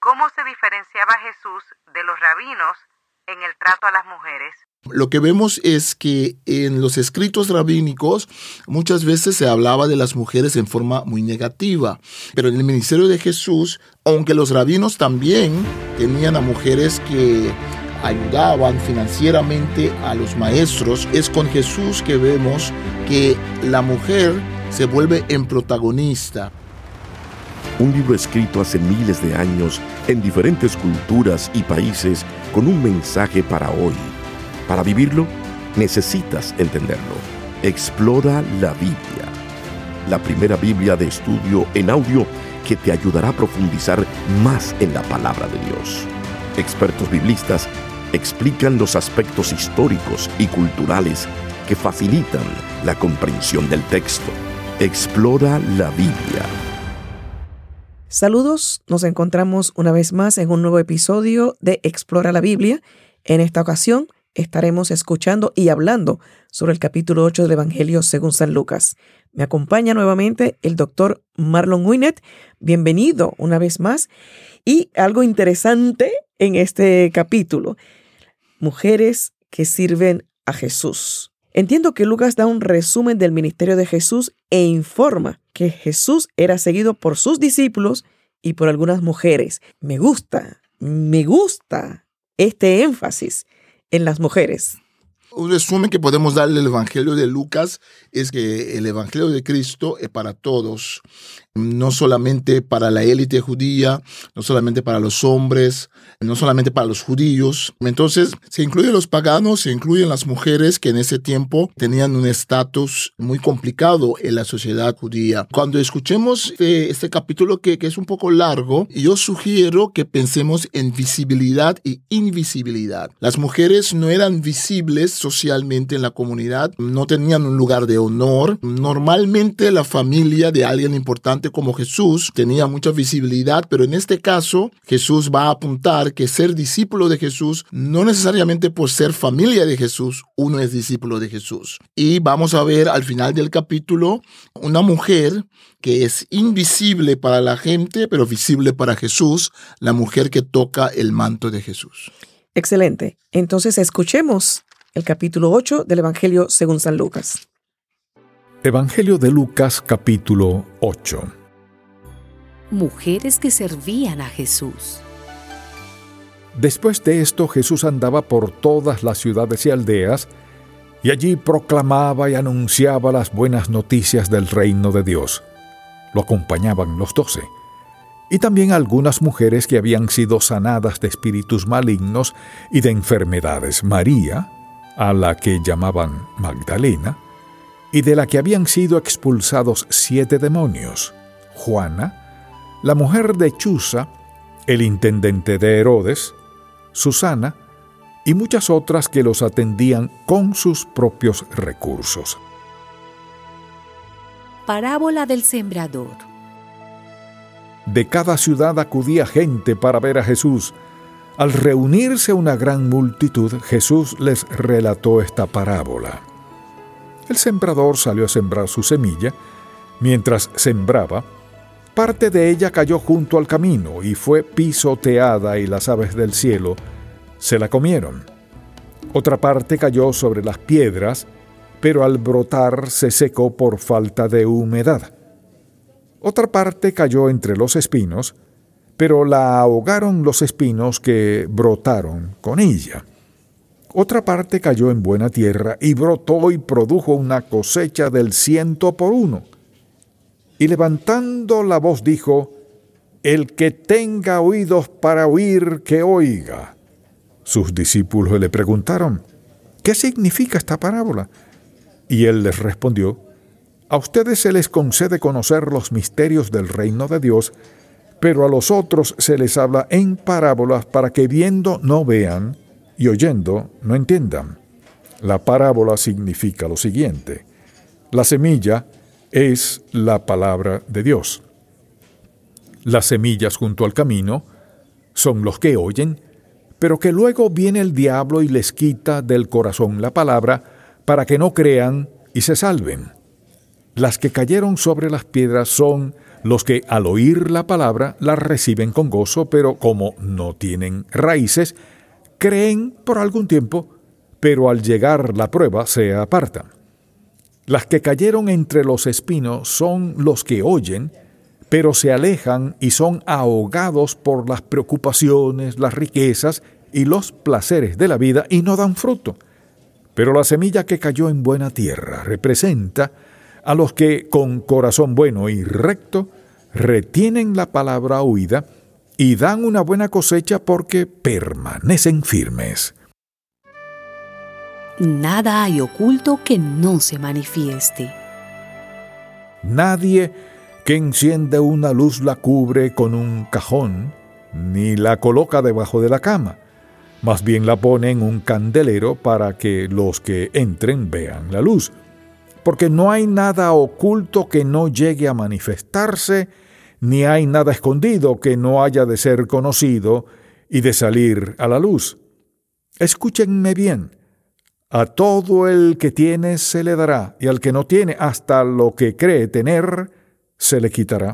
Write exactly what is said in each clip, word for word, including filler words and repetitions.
cómo se diferenciaba Jesús de los rabinos en el trato a las mujeres. Lo que vemos es que en los escritos rabínicos muchas veces se hablaba de las mujeres en forma muy negativa, pero en el ministerio de Jesús, aunque los rabinos también tenían a mujeres que ayudaban financieramente a los maestros, es con Jesús que vemos que la mujer se vuelve en protagonista. Un libro escrito hace miles de años en diferentes culturas y países con un mensaje para hoy. Para vivirlo, necesitas entenderlo. Explora la Biblia, la primera Biblia de estudio en audio que te ayudará a profundizar más en la palabra de Dios. Expertos biblistas explican los aspectos históricos y culturales que facilitan la comprensión del texto. Explora la Biblia. Saludos, nos encontramos una vez más en un nuevo episodio de Explora la Biblia. En esta ocasión estaremos escuchando y hablando sobre el capítulo ocho del Evangelio según San Lucas. Me acompaña nuevamente el doctor Marlon Winnet. Bienvenido una vez más. Y algo interesante en este capítulo: mujeres que sirven a Jesús. Entiendo que Lucas da un resumen del ministerio de Jesús e informa que Jesús era seguido por sus discípulos y por algunas mujeres. Me gusta, me gusta este énfasis en las mujeres. Un resumen que podemos darle del Evangelio de Lucas es que el Evangelio de Cristo es para todos, no solamente para la élite judía, no solamente para los hombres, no solamente para los judíos. Entonces, se incluyen los paganos, se incluyen las mujeres que en ese tiempo tenían un estatus muy complicado en la sociedad judía. Cuando escuchemos este, este capítulo que, que es un poco largo, yo sugiero que pensemos en visibilidad y invisibilidad. Las mujeres no eran visibles socialmente en la comunidad, no tenían un lugar de honor. Normalmente la familia de alguien importante como Jesús tenía mucha visibilidad, pero en este caso Jesús va a apuntar que ser discípulo de Jesús, no necesariamente por ser familia de Jesús, uno es discípulo de Jesús. Y vamos a ver al final del capítulo una mujer que es invisible para la gente, pero visible para Jesús, la mujer que toca el manto de Jesús. Excelente. Entonces escuchemos el capítulo ocho del Evangelio según San Lucas. Evangelio de Lucas, capítulo ocho. Mujeres que servían a Jesús. Después de esto, Jesús andaba por todas las ciudades y aldeas, y allí proclamaba y anunciaba las buenas noticias del reino de Dios. Lo acompañaban los doce, y también algunas mujeres que habían sido sanadas de espíritus malignos y de enfermedades. María, a la que llamaban Magdalena, y de la que habían sido expulsados siete demonios. Juana, la mujer de Chuza, el intendente de Herodes, Susana, y muchas otras que los atendían con sus propios recursos. Parábola del sembrador. De cada ciudad acudía gente para ver a Jesús. Al reunirse una gran multitud, Jesús les relató esta parábola. El sembrador salió a sembrar su semilla. Mientras sembraba, parte de ella cayó junto al camino y fue pisoteada, y las aves del cielo se la comieron. Otra parte cayó sobre las piedras, pero al brotar se secó por falta de humedad. Otra parte cayó entre los espinos, pero la ahogaron los espinos que brotaron con ella. Otra parte cayó en buena tierra y brotó y produjo una cosecha del ciento por uno. Y levantando la voz dijo: El que tenga oídos para oír, que oiga. Sus discípulos le preguntaron: ¿Qué significa esta parábola? Y él les respondió: A ustedes se les concede conocer los misterios del reino de Dios, pero a los otros se les habla en parábolas para que viendo no vean y oyendo no entiendan. La parábola significa lo siguiente: la semilla es la palabra de Dios. Las semillas junto al camino son los que oyen, pero que luego viene el diablo y les quita del corazón la palabra para que no crean y se salven. Las que cayeron sobre las piedras son los que al oír la palabra la reciben con gozo, pero como no tienen raíces, creen por algún tiempo, pero al llegar la prueba se apartan. Las que cayeron entre los espinos son los que oyen, pero se alejan y son ahogados por las preocupaciones, las riquezas y los placeres de la vida y no dan fruto. Pero la semilla que cayó en buena tierra representa a los que con corazón bueno y recto retienen la palabra oída y dan una buena cosecha porque permanecen firmes. Nada hay oculto que no se manifieste. Nadie que enciende una luz la cubre con un cajón, ni la coloca debajo de la cama. Más bien la pone en un candelero para que los que entren vean la luz. Porque no hay nada oculto que no llegue a manifestarse, ni hay nada escondido que no haya de ser conocido y de salir a la luz. Escúchenme bien. A todo el que tiene se le dará, y al que no tiene, hasta lo que cree tener, se le quitará.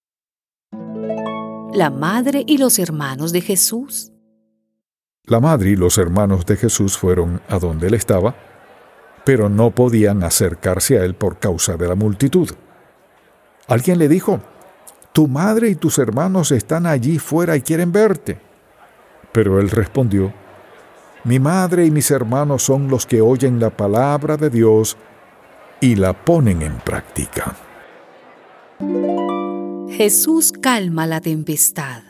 La madre y los hermanos de Jesús. La madre y los hermanos de Jesús fueron a donde él estaba, pero no podían acercarse a él por causa de la multitud. Alguien le dijo: «Tu madre y tus hermanos están allí fuera y quieren verte». Pero él respondió: «Mi madre y mis hermanos son los que oyen la palabra de Dios y la ponen en práctica». Jesús calma la tempestad.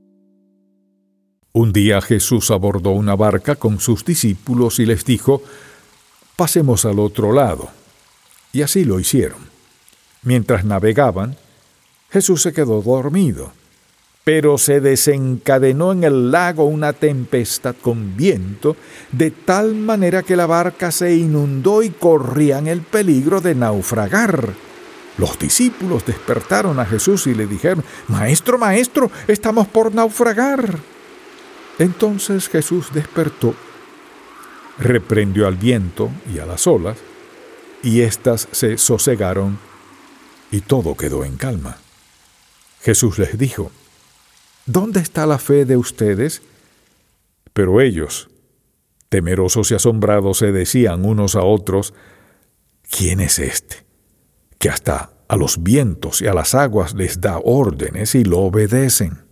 Un día Jesús abordó una barca con sus discípulos y les dijo: «Pasemos al otro lado». Y así lo hicieron. Mientras navegaban, Jesús se quedó dormido, pero se desencadenó en el lago una tempestad con viento, de tal manera que la barca se inundó y corrían el peligro de naufragar. Los discípulos despertaron a Jesús y le dijeron: «Maestro, maestro, estamos por naufragar». Entonces Jesús despertó, reprendió al viento y a las olas, y éstas se sosegaron, y todo quedó en calma. Jesús les dijo: «¿Dónde está la fe de ustedes?». Pero ellos, temerosos y asombrados, se decían unos a otros: «¿Quién es este, que hasta a los vientos y a las aguas les da órdenes y lo obedecen?».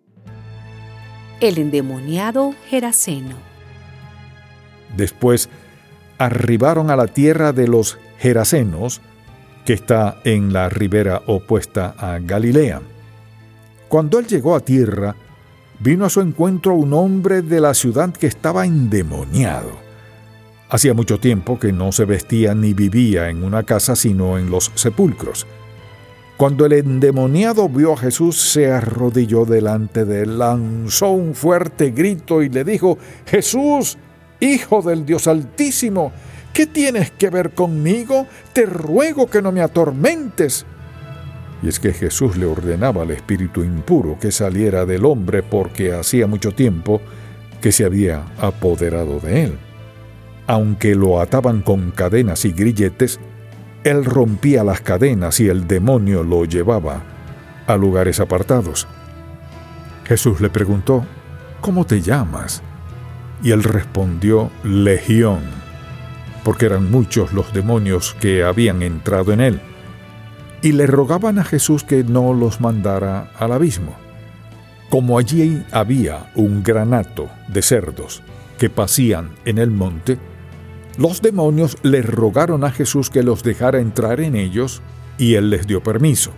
El endemoniado Geraseno. Después arribaron a la tierra de los Gerasenos, que está en la ribera opuesta a Galilea. Cuando él llegó a tierra, vino a su encuentro un hombre de la ciudad que estaba endemoniado. Hacía mucho tiempo que no se vestía ni vivía en una casa, sino en los sepulcros. Cuando el endemoniado vio a Jesús, se arrodilló delante de él, lanzó un fuerte grito y le dijo: «Jesús, Hijo del Dios Altísimo, ¿qué tienes que ver conmigo? Te ruego que no me atormentes». Y es que Jesús le ordenaba al espíritu impuro que saliera del hombre, porque hacía mucho tiempo que se había apoderado de él. Aunque lo ataban con cadenas y grilletes, él rompía las cadenas y el demonio lo llevaba a lugares apartados. Jesús le preguntó: «¿Cómo te llamas?». Y él respondió: «Legión», porque eran muchos los demonios que habían entrado en él. Y le rogaban a Jesús que no los mandara al abismo. Como allí había un gran hato de cerdos que pacían en el monte, los demonios le rogaron a Jesús que los dejara entrar en ellos, y él les dio permiso.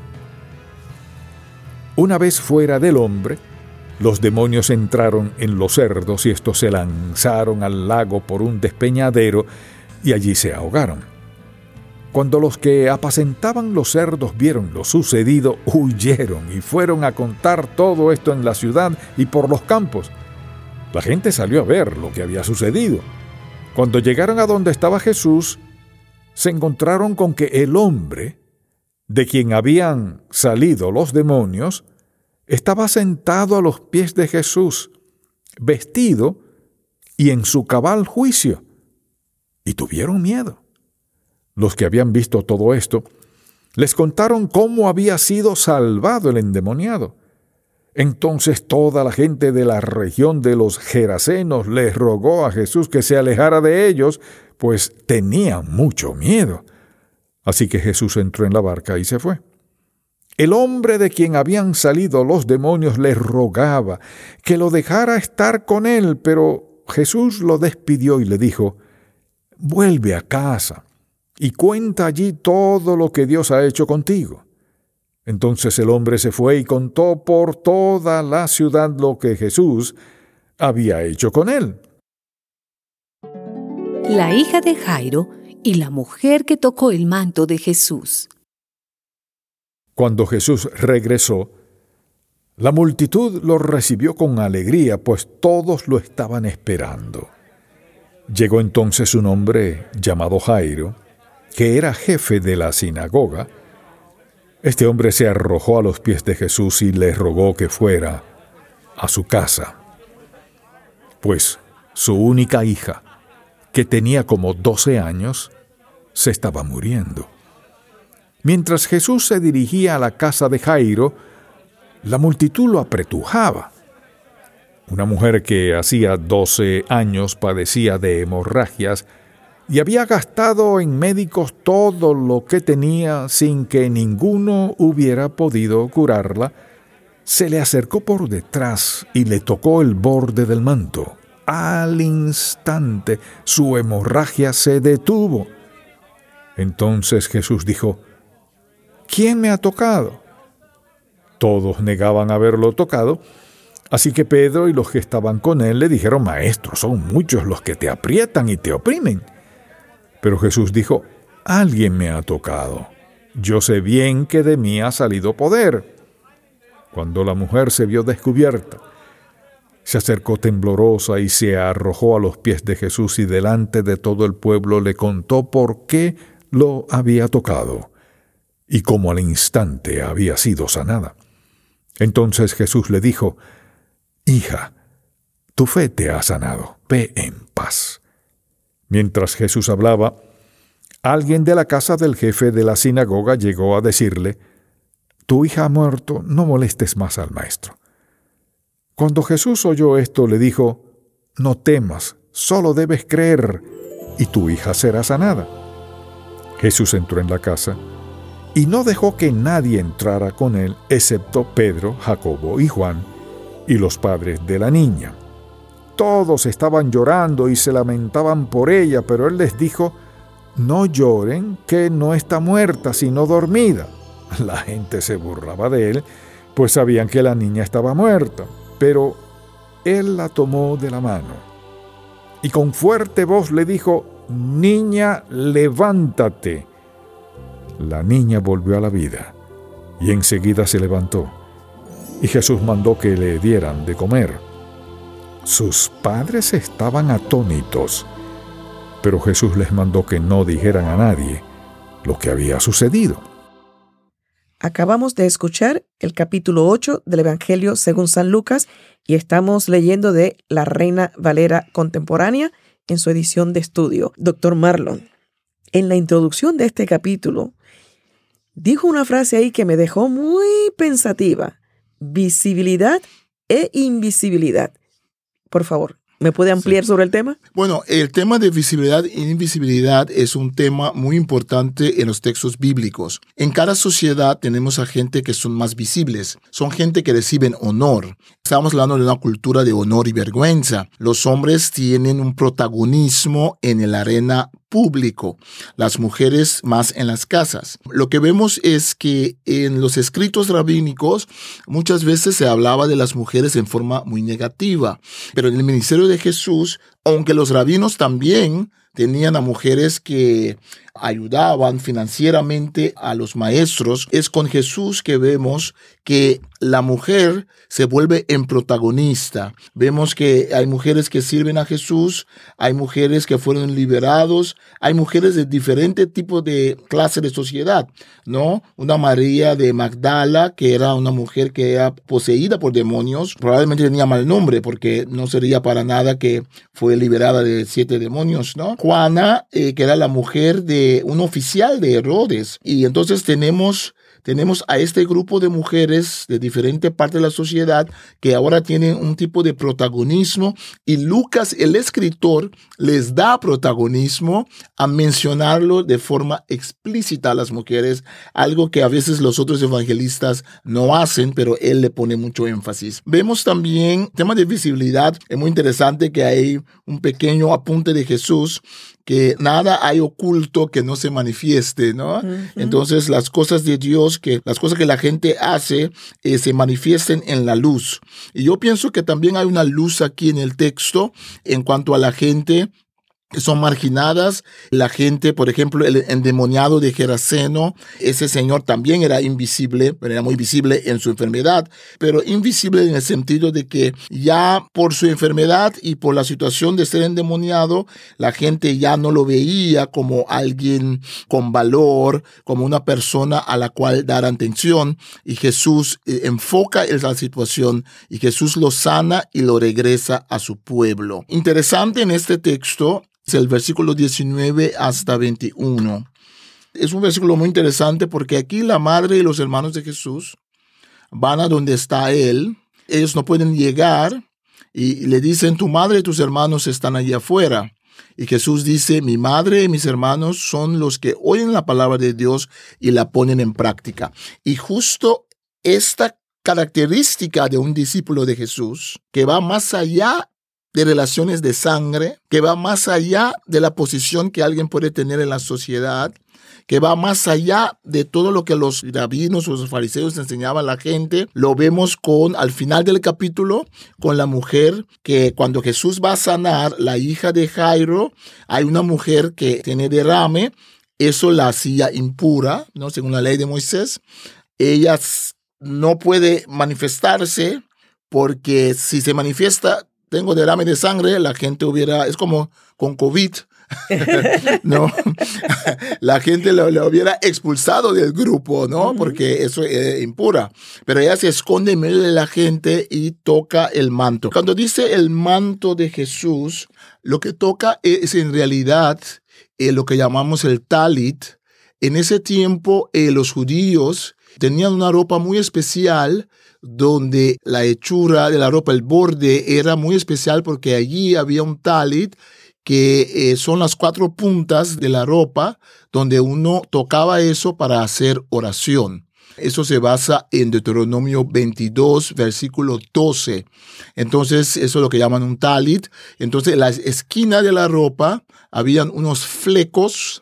Una vez fuera del hombre, los demonios entraron en los cerdos y estos se lanzaron al lago por un despeñadero y allí se ahogaron. Cuando los que apacentaban los cerdos vieron lo sucedido, huyeron y fueron a contar todo esto en la ciudad y por los campos. La gente salió a ver lo que había sucedido. Cuando llegaron a donde estaba Jesús, se encontraron con que el hombre, de quien habían salido los demonios, estaba sentado a los pies de Jesús, vestido y en su cabal juicio, y tuvieron miedo. Los que habían visto todo esto Les contaron cómo había sido salvado el endemoniado. Entonces toda la gente de la región de los Gerasenos les rogó a Jesús que se alejara de ellos, pues tenían mucho miedo. Así que Jesús entró en la barca y se fue. El hombre de quien habían salido los demonios les rogaba que lo dejara estar con él, pero Jesús lo despidió y le dijo: «Vuelve a casa y cuenta allí todo lo que Dios ha hecho contigo». Entonces el hombre se fue y contó por toda la ciudad lo que Jesús había hecho con él. La hija de Jairo y la mujer que tocó el manto de Jesús. Cuando Jesús regresó, la multitud lo recibió con alegría, pues todos lo estaban esperando. Llegó entonces un hombre llamado Jairo, que era jefe de la sinagoga. Este hombre se arrojó a los pies de Jesús y le rogó que fuera a su casa, pues su única hija, que tenía como doce años, se estaba muriendo. Mientras Jesús se dirigía a la casa de Jairo, la multitud lo apretujaba. Una mujer que hacía doce años padecía de hemorragias y había gastado en médicos todo lo que tenía sin que ninguno hubiera podido curarla, se le acercó por detrás y le tocó el borde del manto. Al instante su hemorragia se detuvo. Entonces Jesús dijo: «¿Quién me ha tocado?». Todos negaban haberlo tocado, así que Pedro y los que estaban con él le dijeron: «Maestro, son muchos los que te aprietan y te oprimen». Pero Jesús dijo: «Alguien me ha tocado. Yo sé bien que de mí ha salido poder». Cuando la mujer se vio descubierta, se acercó temblorosa y se arrojó a los pies de Jesús y delante de todo el pueblo le contó por qué lo había tocado y cómo al instante había sido sanada. Entonces Jesús le dijo: «Hija, tu fe te ha sanado. Ve en paz». Mientras Jesús hablaba, alguien de la casa del jefe de la sinagoga llegó a decirle: «Tu hija ha muerto, no molestes más al maestro». Cuando Jesús oyó esto, le dijo: «No temas, solo debes creer, y tu hija será sanada». Jesús entró en la casa y no dejó que nadie entrara con él, excepto Pedro, Jacobo y Juan, y los padres de la niña. Todos estaban llorando y se lamentaban por ella, pero él les dijo: «No lloren, que no está muerta, sino dormida». La gente se burlaba de él, pues sabían que la niña estaba muerta, pero él la tomó de la mano y con fuerte voz le dijo: «Niña, levántate». La niña volvió a la vida y enseguida se levantó, y Jesús mandó que le dieran de comer. Sus padres estaban atónitos, pero Jesús les mandó que no dijeran a nadie lo que había sucedido. Acabamos de escuchar el capítulo ocho del Evangelio según San Lucas y estamos leyendo de la Reina Valera Contemporánea en su edición de estudio. Doctor Marlon, en la introducción de este capítulo, dijo una frase ahí que me dejó muy pensativa: visibilidad e invisibilidad. Por favor, ¿me puede ampliar sí. sobre el tema? Bueno, el tema de visibilidad e invisibilidad es un tema muy importante en los textos bíblicos. En cada sociedad tenemos a gente que son más visibles. Son gente que reciben honor. Estamos hablando de una cultura de honor y vergüenza. Los hombres tienen un protagonismo en el arena público, las mujeres más en las casas. Lo que vemos es que en los escritos rabínicos muchas veces se hablaba de las mujeres en forma muy negativa, pero en el ministerio de Jesús, aunque los rabinos también tenían a mujeres que ayudaban financieramente a los maestros, es con Jesús que vemos que la mujer se vuelve en protagonista. Vemos que hay mujeres que sirven a Jesús, hay mujeres que fueron liberados, hay mujeres de diferentes tipos de clases de sociedad, ¿no? Una María de Magdala, que era una mujer que era poseída por demonios, probablemente tenía mal nombre porque no sería para nada que fue liberada de siete demonios, ¿no? Juana, eh, que era la mujer de de un oficial de Herodes. Y entonces tenemos... Tenemos a este grupo de mujeres de diferentes partes de la sociedad que ahora tienen un tipo de protagonismo, y Lucas, el escritor, les da protagonismo a mencionarlo de forma explícita a las mujeres, algo que a veces los otros evangelistas no hacen, pero él le pone mucho énfasis. Vemos también tema de visibilidad. Es muy interesante que hay un pequeño apunte de Jesús, que nada hay oculto que no se manifieste, ¿no? Uh-huh. Entonces, las cosas de Dios, que las cosas que la gente hace, eh, se manifiesten en la luz. Y yo pienso que también hay una luz aquí en el texto en cuanto a la gente que son marginadas. La gente, por ejemplo, el endemoniado de Geraseno, ese señor también era invisible, pero era muy visible en su enfermedad, pero invisible en el sentido de que ya por su enfermedad y por la situación de ser endemoniado, la gente ya no lo veía como alguien con valor, como una persona a la cual dar atención, y Jesús enfoca esa situación y Jesús lo sana y lo regresa a su pueblo. Interesante en este texto es el versículo diecinueve hasta veintiuno. Es un versículo muy interesante porque aquí la madre y los hermanos de Jesús van a donde está él. Ellos no pueden llegar y le dicen, tu madre y tus hermanos están allí afuera. Y Jesús dice, mi madre y mis hermanos son los que oyen la palabra de Dios y la ponen en práctica. Y justo esta característica de un discípulo de Jesús, que va más allá de relaciones de sangre, que va más allá de la posición que alguien puede tener en la sociedad, que va más allá de todo lo que los rabinos o los fariseos enseñaban a la gente. Lo vemos con, al final del capítulo, con la mujer que cuando Jesús va a sanar, la hija de Jairo, hay una mujer que tiene derrame, eso la hacía impura, ¿no? Según la ley de Moisés. Ella no puede manifestarse porque si se manifiesta, tengo derrame de sangre, la gente hubiera, es como con COVID, ¿no? La gente lo, lo hubiera expulsado del grupo, ¿no? Uh-huh. Porque eso es impura. Pero ella se esconde en medio de la gente y toca el manto. Cuando dice el manto de Jesús, lo que toca es en realidad eh, lo que llamamos el talit. En ese tiempo eh, los judíos tenían una ropa muy especial donde la hechura de la ropa, el borde, era muy especial porque allí había un talit que eh, son las cuatro puntas de la ropa donde uno tocaba eso para hacer oración. Eso se basa en Deuteronomio veintidós, versículo doce. Entonces, eso es lo que llaman un talit. Entonces, en la esquina de la ropa habían unos flecos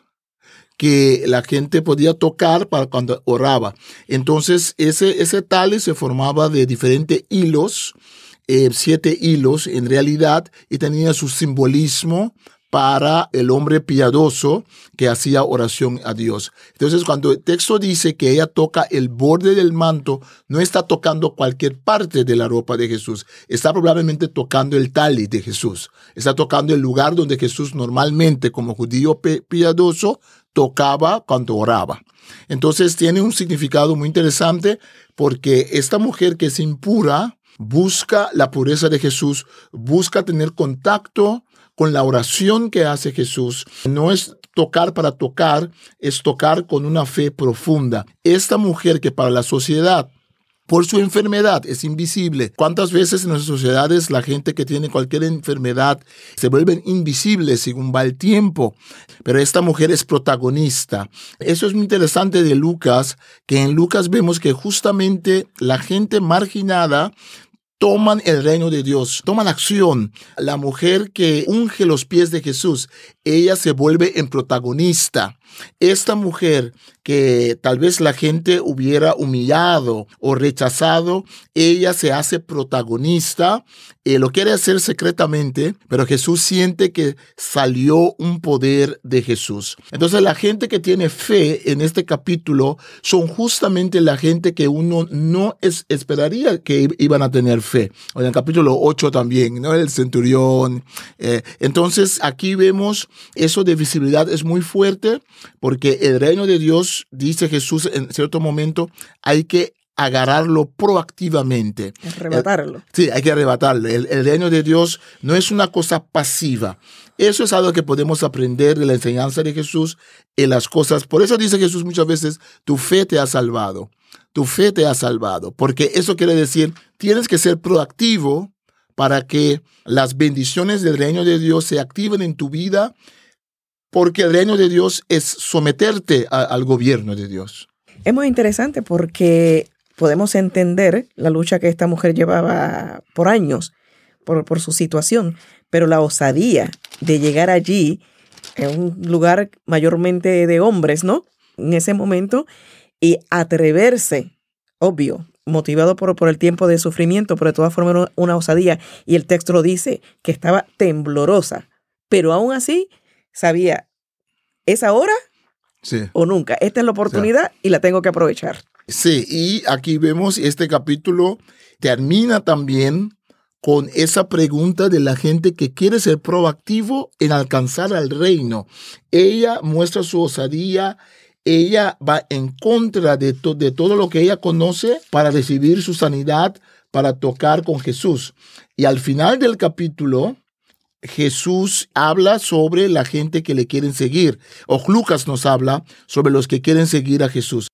que la gente podía tocar para cuando oraba. Entonces, ese, ese talit se formaba de diferentes hilos, eh, siete hilos en realidad, y tenía su simbolismo para el hombre piadoso que hacía oración a Dios. Entonces, cuando el texto dice que ella toca el borde del manto, no está tocando cualquier parte de la ropa de Jesús. Está probablemente tocando el talit de Jesús. Está tocando el lugar donde Jesús normalmente, como judío piadoso, tocaba cuando oraba. Entonces, tiene un significado muy interesante porque esta mujer que es impura busca la pureza de Jesús, busca tener contacto con la oración que hace Jesús. No es tocar para tocar, es tocar con una fe profunda. Esta mujer que para la sociedad, por su enfermedad, es invisible. ¿Cuántas veces en nuestras sociedades la gente que tiene cualquier enfermedad se vuelven invisibles según va el tiempo? Pero esta mujer es protagonista. Eso es muy interesante de Lucas, que en Lucas vemos que justamente la gente marginada toman el reino de Dios, toman acción. La mujer que unge los pies de Jesús, ella se vuelve en protagonista. Esta mujer que tal vez la gente hubiera humillado o rechazado, ella se hace protagonista, eh, lo quiere hacer secretamente, pero Jesús siente que salió un poder de Jesús. Entonces la gente que tiene fe en este capítulo son justamente la gente que uno no es, esperaría que iban a tener fe. En el capítulo ocho también, ¿no? El centurión. Eh, entonces aquí vemos eso de visibilidad es muy fuerte, porque el reino de Dios, dice Jesús en cierto momento, hay que agarrarlo proactivamente. Arrebatarlo. El, sí, hay que arrebatarlo. El, el reino de Dios no es una cosa pasiva. Eso es algo que podemos aprender de la enseñanza de Jesús en las cosas. Por eso dice Jesús muchas veces, tu fe te ha salvado. Tu fe te ha salvado. Porque eso quiere decir, tienes que ser proactivo para que las bendiciones del reino de Dios se activen en tu vida, porque el reino de Dios es someterte a, al gobierno de Dios. Es muy interesante porque podemos entender la lucha que esta mujer llevaba por años, por, por su situación, pero la osadía de llegar allí, en un lugar mayormente de hombres, ¿no? En ese momento, y atreverse, obvio, motivado por, por el tiempo de sufrimiento, pero de todas formas una, una osadía. Y el texto lo dice, que estaba temblorosa, pero aún así sabía, ¿es ahora sí. o nunca? Esta es la oportunidad sí. y la tengo que aprovechar. Sí, y aquí vemos este capítulo termina también con esa pregunta de la gente que quiere ser proactivo en alcanzar al reino. Ella muestra su osadía, ella va en contra de, to- de todo lo que ella conoce para recibir su sanidad, para tocar con Jesús. Y al final del capítulo, Jesús habla sobre la gente que le quieren seguir, o Lucas nos habla sobre los que quieren seguir a Jesús.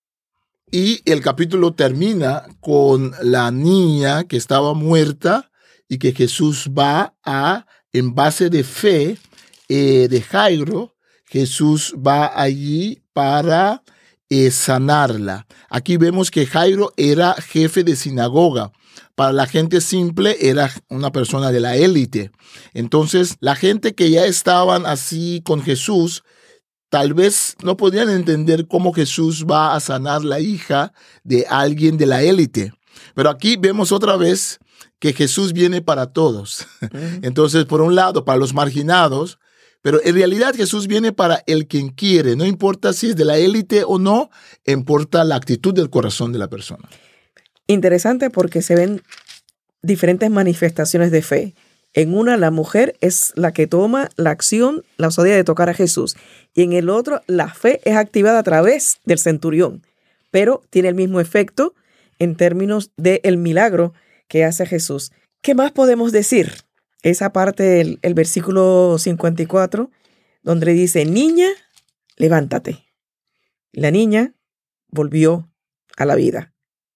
Y el capítulo termina con la niña que estaba muerta y que Jesús va a, en base de fe eh, de Jairo, Jesús va allí para eh, sanarla. Aquí vemos que Jairo era jefe de sinagoga. Para la gente simple era una persona de la élite. Entonces, la gente que ya estaban así con Jesús, tal vez no podían entender cómo Jesús va a sanar la hija de alguien de la élite. Pero aquí vemos otra vez que Jesús viene para todos. Uh-huh. Entonces, por un lado, para los marginados, pero en realidad Jesús viene para el quien quiere. No importa si es de la élite o no, importa la actitud del corazón de la persona. Interesante porque se ven diferentes manifestaciones de fe. En una, la mujer es la que toma la acción, la osadía de tocar a Jesús. Y en el otro, la fe es activada a través del centurión, pero tiene el mismo efecto en términos del milagro que hace Jesús. ¿Qué más podemos decir? Esa parte del el versículo cincuenta y cuatro, donde dice, niña, levántate. La niña volvió a la vida.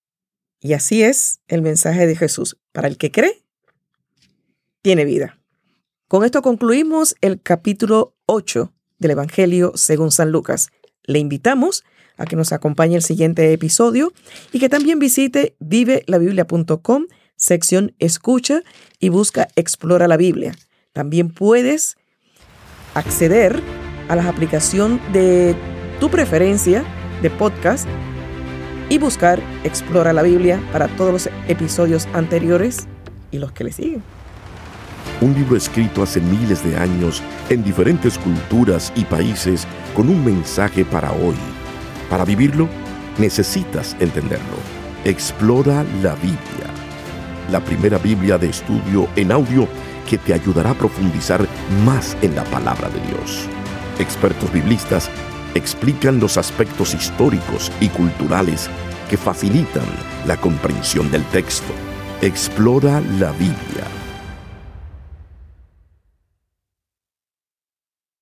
Y así es el mensaje de Jesús. Para el que cree, tiene vida. Con esto concluimos el capítulo ocho del Evangelio según San Lucas. Le invitamos a que nos acompañe el siguiente episodio y que también visite vive la biblia punto com, sección escucha, y busca Explora la Biblia. También puedes acceder a la aplicación de tu preferencia de podcast y buscar Explora la Biblia para todos los episodios anteriores y los que le siguen. Un libro escrito hace miles de años en diferentes culturas y países con un mensaje para hoy. Para vivirlo, necesitas entenderlo. Explora la Biblia. La primera Biblia de estudio en audio que te ayudará a profundizar más en la palabra de Dios. Expertos biblistas explican los aspectos históricos y culturales que facilitan la comprensión del texto. Explora la Biblia.